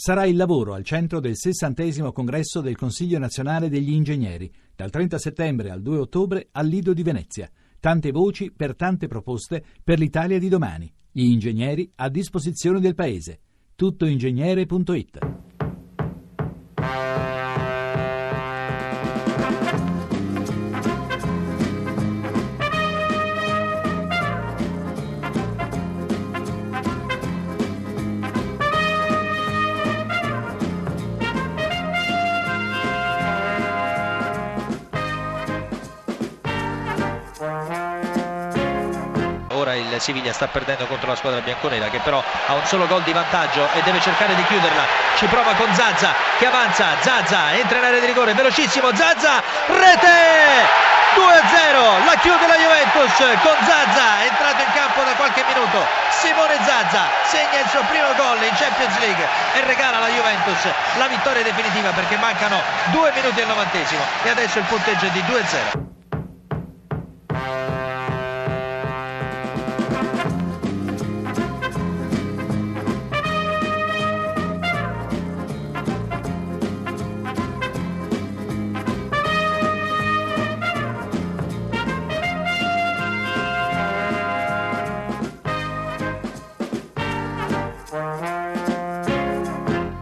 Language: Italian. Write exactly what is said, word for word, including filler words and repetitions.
Sarà il lavoro al centro del sessantesimo congresso del Consiglio Nazionale degli Ingegneri, dal trenta settembre al due ottobre al Lido di Venezia. Tante voci per tante proposte per l'Italia di domani. Gli ingegneri a disposizione del Paese. tuttoingegnere punto it. Ora il Siviglia sta perdendo contro la squadra bianconera, che però ha un solo gol di vantaggio e deve cercare di chiuderla. Ci prova con Zaza che avanza, Zaza entra in area di rigore, velocissimo, Zaza, rete! due a zero, la chiude la Juventus con Zaza, entrato in campo da qualche minuto. Simone Zaza segna il suo primo gol in Champions League e regala alla Juventus la vittoria definitiva, perché mancano due minuti al novantesimo e adesso il punteggio è di due a zero.